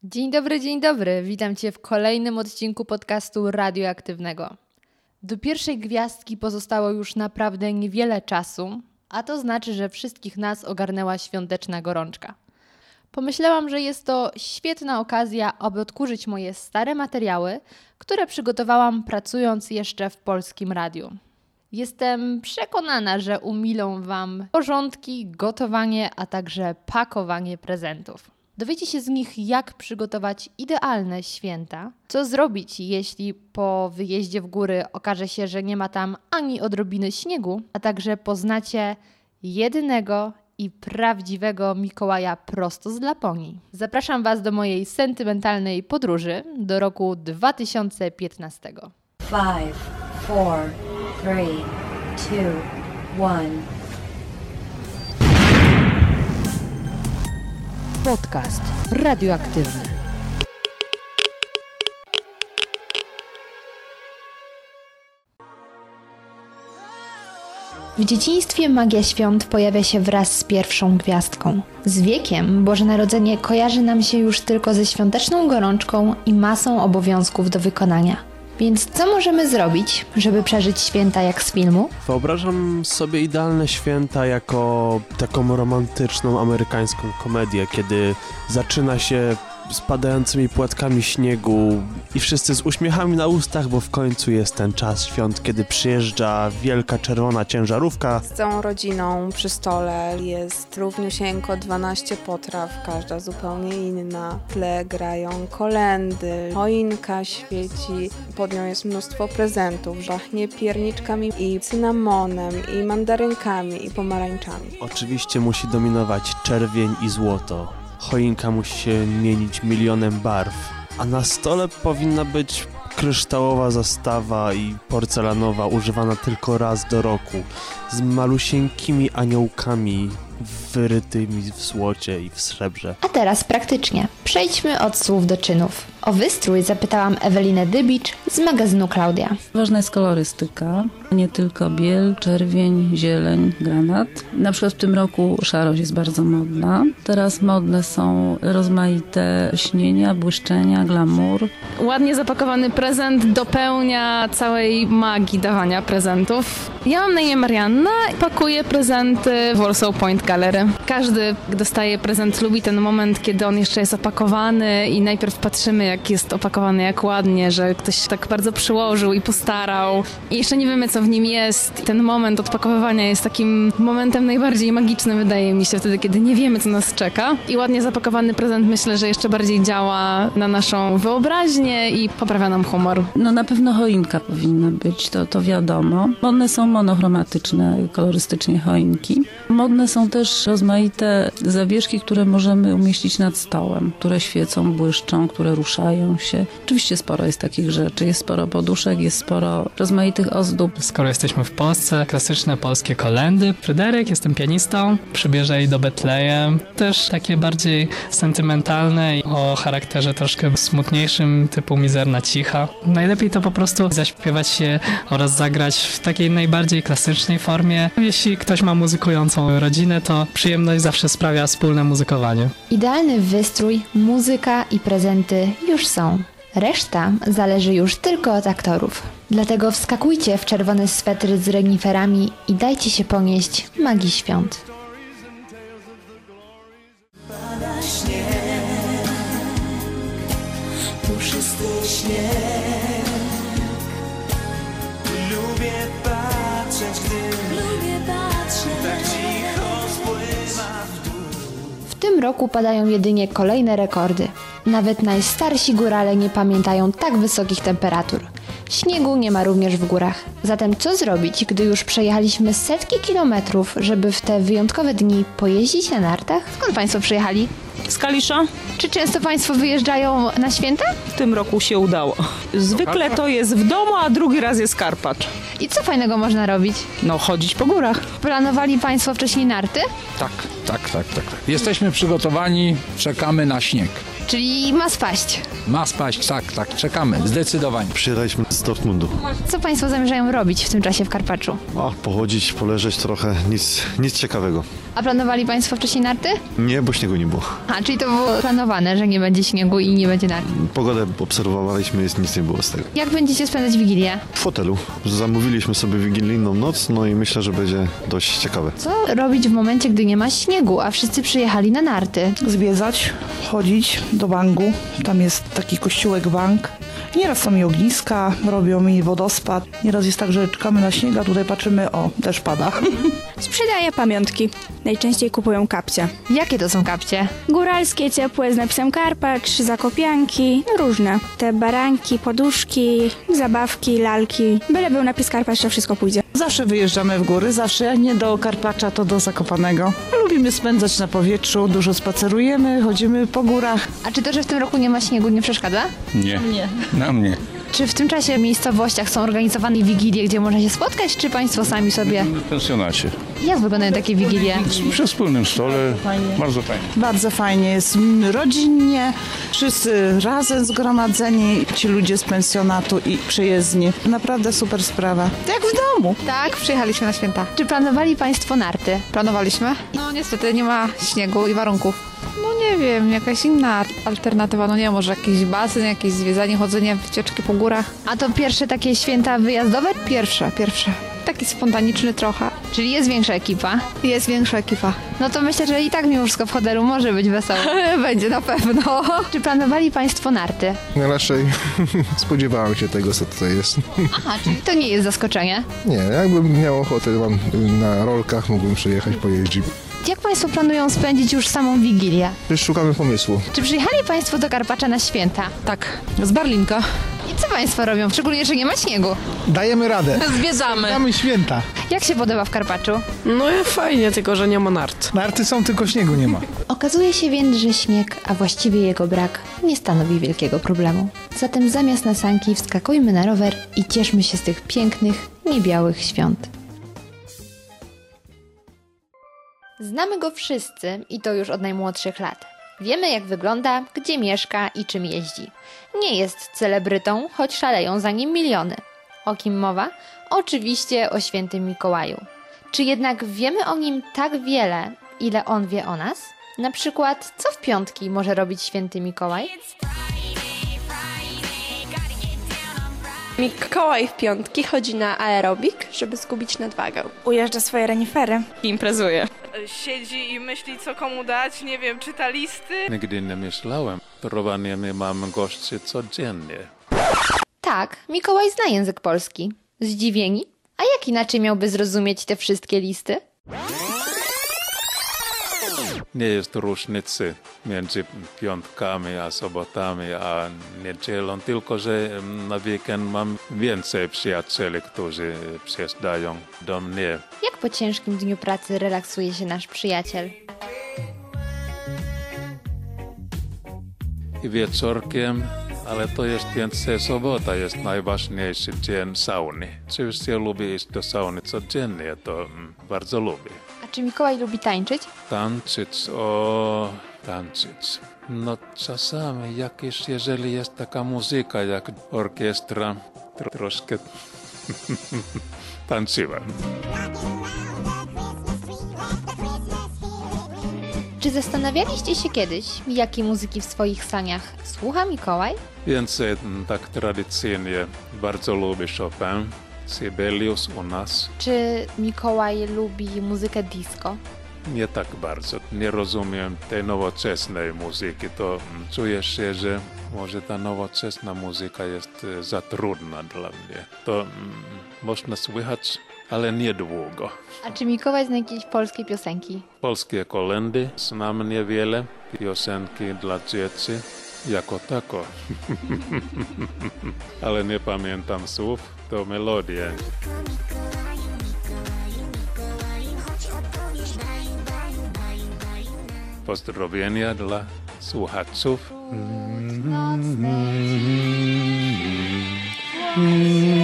Dzień dobry. Witam Cię w kolejnym odcinku podcastu Radioaktywnego. Do pierwszej gwiazdki pozostało już naprawdę niewiele czasu, a to znaczy, że wszystkich nas ogarnęła świąteczna gorączka. Pomyślałam, że jest to świetna okazja, aby odkurzyć moje stare materiały, które przygotowałam pracując jeszcze w Polskim Radiu. Jestem przekonana, że umilą Wam porządki, gotowanie, a także pakowanie prezentów. Dowiecie się z nich, jak przygotować idealne święta, co zrobić, jeśli po wyjeździe w góry okaże się, że nie ma tam ani odrobiny śniegu, a także poznacie jedynego i prawdziwego Mikołaja prosto z Laponii. Zapraszam Was do mojej sentymentalnej podróży do roku 2015. 5, 4, 3, 2, 1. Podcast radioaktywny. W dzieciństwie magia świąt pojawia się wraz z pierwszą gwiazdką. Z wiekiem Boże Narodzenie kojarzy nam się już tylko ze świąteczną gorączką i masą obowiązków do wykonania. Więc co możemy zrobić, żeby przeżyć święta jak z filmu? Wyobrażam sobie idealne święta jako taką romantyczną amerykańską komedię, kiedy zaczyna się spadającymi płatkami śniegu i wszyscy z uśmiechami na ustach, bo w końcu jest ten czas świąt, kiedy przyjeżdża wielka czerwona ciężarówka. Z całą rodziną przy stole jest równiusieńko 12 potraw, każda zupełnie inna. W tle grają kolędy, choinka świeci, pod nią jest mnóstwo prezentów, pachnie pierniczkami i cynamonem, i mandarynkami, i pomarańczami. Oczywiście musi dominować czerwień i złoto. Choinka musi się mienić milionem barw, a na stole powinna być kryształowa zastawa i porcelanowa używana tylko raz do roku, z malusieńkimi aniołkami wyrytymi w złocie i w srebrze. A teraz praktycznie. Przejdźmy od słów do czynów. O wystrój zapytałam Ewelinę Dybicz z magazynu Klaudia. Ważna jest kolorystyka, nie tylko biel, czerwień, zieleń, granat. Na przykład w tym roku szarość jest bardzo modna. Teraz modne są rozmaite śnienia, błyszczenia, glamour. Ładnie zapakowany prezent dopełnia całej magii dawania prezentów. Ja mam na imię Marianna i pakuję prezenty w Warsaw Point Gallery. Każdy dostaje prezent, lubi ten moment, kiedy on jeszcze jest opakowany i najpierw patrzymy, jak jest opakowany, jak ładnie, że ktoś tak bardzo przyłożył i postarał. I jeszcze nie wiemy, co w nim jest. I ten moment odpakowywania jest takim momentem najbardziej magicznym, wydaje mi się, wtedy, kiedy nie wiemy, co nas czeka. I ładnie zapakowany prezent, myślę, że jeszcze bardziej działa na naszą wyobraźnię i poprawia nam humor. No na pewno choinka powinna być, to wiadomo. Modne są monochromatyczne, kolorystycznie choinki. Modne są też rozmaite zawieszki, które możemy umieścić nad stołem, które świecą, błyszczą, które ruszają się. Oczywiście sporo jest takich rzeczy, jest sporo poduszek, jest sporo rozmaitych ozdób. Skoro jesteśmy w Polsce, klasyczne polskie kolędy. Fryderyk, jestem pianistą, przybierze jej do Betlejem. Też takie bardziej sentymentalne i o charakterze troszkę smutniejszym, typu Mizerna Cicha. Najlepiej to po prostu zaśpiewać się oraz zagrać w takiej najbardziej klasycznej formie. Jeśli ktoś ma muzykującą rodzinę, to przyjemność zawsze sprawia wspólne muzykowanie. Idealny wystrój, muzyka i prezenty już są. Reszta zależy już tylko od aktorów. Dlatego wskakujcie w czerwone swetry z reniferami i dajcie się ponieść magii świąt. Pada śnieg, puszysty śnieg. Lubię patrzeć, tak cicho spływa w dół. W tym roku padają jedynie kolejne rekordy. Nawet najstarsi górale nie pamiętają tak wysokich temperatur. Śniegu nie ma również w górach. Zatem co zrobić, gdy już przejechaliśmy setki kilometrów, żeby w te wyjątkowe dni pojeździć na nartach? Skąd Państwo przyjechali? Z Kalisza. Czy często Państwo wyjeżdżają na święta? W tym roku się udało. Zwykle to jest w domu, a drugi raz jest Karpacz. I co fajnego można robić? No, chodzić po górach. Planowali Państwo wcześniej narty? Tak. Jesteśmy przygotowani, czekamy na śnieg. Czyli ma spaść. Ma spaść, tak, czekamy, zdecydowanie. Przyjechaliśmy z Dortmundu. Co Państwo zamierzają robić w tym czasie w Karpaczu? Pochodzić, poleżeć trochę, nic ciekawego. A planowali Państwo wcześniej narty? Nie, bo śniegu nie było. Czyli to było planowane, że nie będzie śniegu i nie będzie nart. Pogodę obserwowaliśmy, nic nie było z tego. Jak będziecie spędzać Wigilię? W fotelu. Zamówiliśmy sobie wigilijną noc, no i myślę, że będzie dość ciekawe. Co robić w momencie, gdy nie ma śniegu, a wszyscy przyjechali na narty? Zwiedzać, chodzić do Wangu. Tam jest taki kościółek Wang. Nieraz są mi ogniska, robią mi wodospad. Nieraz jest tak, że czekamy na śnieg, a tutaj patrzymy, deszcz pada. Sprzedaję pamiątki. Najczęściej kupują kapcie. Jakie to są kapcie? Góralskie, ciepłe, z napisem Karpacz, zakopianki, różne. Te baranki, poduszki, zabawki, lalki. Byle był napis Karpacz, to wszystko pójdzie. Zawsze wyjeżdżamy w góry, zawsze jak nie do Karpacza, to do Zakopanego. Lubimy spędzać na powietrzu, dużo spacerujemy, chodzimy po górach. A czy to, że w tym roku nie ma śniegu, nie przeszkadza? Nie. Nam nie. Czy w tym czasie w miejscowościach są organizowane wigilie, gdzie można się spotkać, czy Państwo sami sobie? W pensjonacie. Jak wyglądają takie wigilie? Przy wspólnym stole. Fajnie. Bardzo fajnie. Bardzo fajnie, jest rodzinnie, wszyscy razem zgromadzeni, ci ludzie z pensjonatu i przyjezdni. Naprawdę super sprawa. Jak w domu. Tak, przyjechaliśmy na święta. Czy planowali Państwo narty? Planowaliśmy? No niestety nie ma śniegu i warunków. No nie wiem, jakaś inna alternatywa, no nie, może jakiś basen, jakieś zwiedzanie, chodzenie, wycieczki po górach. A to pierwsze takie święta wyjazdowe? Pierwsze. Taki spontaniczny trochę. Czyli jest większa ekipa? Jest większa ekipa. No to myślę, że i tak mimo wszystko w hotelu może być wesoło. Będzie na pewno. Czy planowali Państwo narty? No raczej spodziewałem się tego, co tutaj jest. Aha, czyli to nie jest zaskoczenie? Nie, jakbym miał ochotę, na rolkach mógłbym przyjechać, pojeździć. Jak Państwo planują spędzić już samą Wigilię? Już szukamy pomysłu. Czy przyjechali Państwo do Karpacza na święta? Tak, z Barlinka. I co Państwo robią, szczególnie, że nie ma śniegu? Dajemy radę. Zwiedzamy. Damy święta. Jak się podoba w Karpaczu? No fajnie, tylko że nie ma nart. Narty są, tylko śniegu nie ma. Okazuje się więc, że śnieg, a właściwie jego brak, nie stanowi wielkiego problemu. Zatem zamiast na sanki wskakujmy na rower i cieszmy się z tych pięknych, niebiałych świąt. Znamy go wszyscy i to już od najmłodszych lat. Wiemy, jak wygląda, gdzie mieszka i czym jeździ. Nie jest celebrytą, choć szaleją za nim miliony. O kim mowa? Oczywiście o świętym Mikołaju. Czy jednak wiemy o nim tak wiele, ile on wie o nas? Na przykład, co w piątki może robić święty Mikołaj? Mikołaj w piątki chodzi na aerobik, żeby zgubić nadwagę. Ujeżdża swoje renifery. Imprezuje. Siedzi i myśli, co komu dać, nie wiem, czyta listy. Nigdy nie myślałem. W Rovaniemi mamy gości codziennie. Tak, Mikołaj zna język polski. Zdziwieni? A jak inaczej miałby zrozumieć te wszystkie listy? Nie jest różnicy między piątkami a sobotami a niedzielą, tylko że na weekend mam więcej przyjacieli, którzy przyjeżdżają do mnie. Jak po ciężkim dniu pracy relaksuje się nasz przyjaciel? I wieczorkiem, ale to jest więcej sobota, jest najważniejszy dzień sauny. Oczywiście lubię iść do sauny codziennie, to bardzo lubię. A czy Mikołaj lubi tańczyć? Tańczyć. No czasami jakieś, jeżeli jest taka muzyka jak orkiestra, troszkę tańczyłem. Czy zastanawialiście się kiedyś, jakiej muzyki w swoich saniach słucha Mikołaj? Więcej tak tradycyjnie bardzo lubię Chopin, Sibelius u nas. Czy Mikołaj lubi muzykę disco? Nie tak bardzo. Nie rozumiem tej nowoczesnej muzyki. To czuję się, że może ta nowoczesna muzyka jest za trudna dla mnie. To można słychać, ale niedługo. A czy Mikołaj zna jakieś polskie piosenki? Polskie kolendy, znam niewiele. Piosenki dla dzieci, jako tako. Ale nie pamiętam słów, to melodie. Pozdrowienia dla słuchaczów.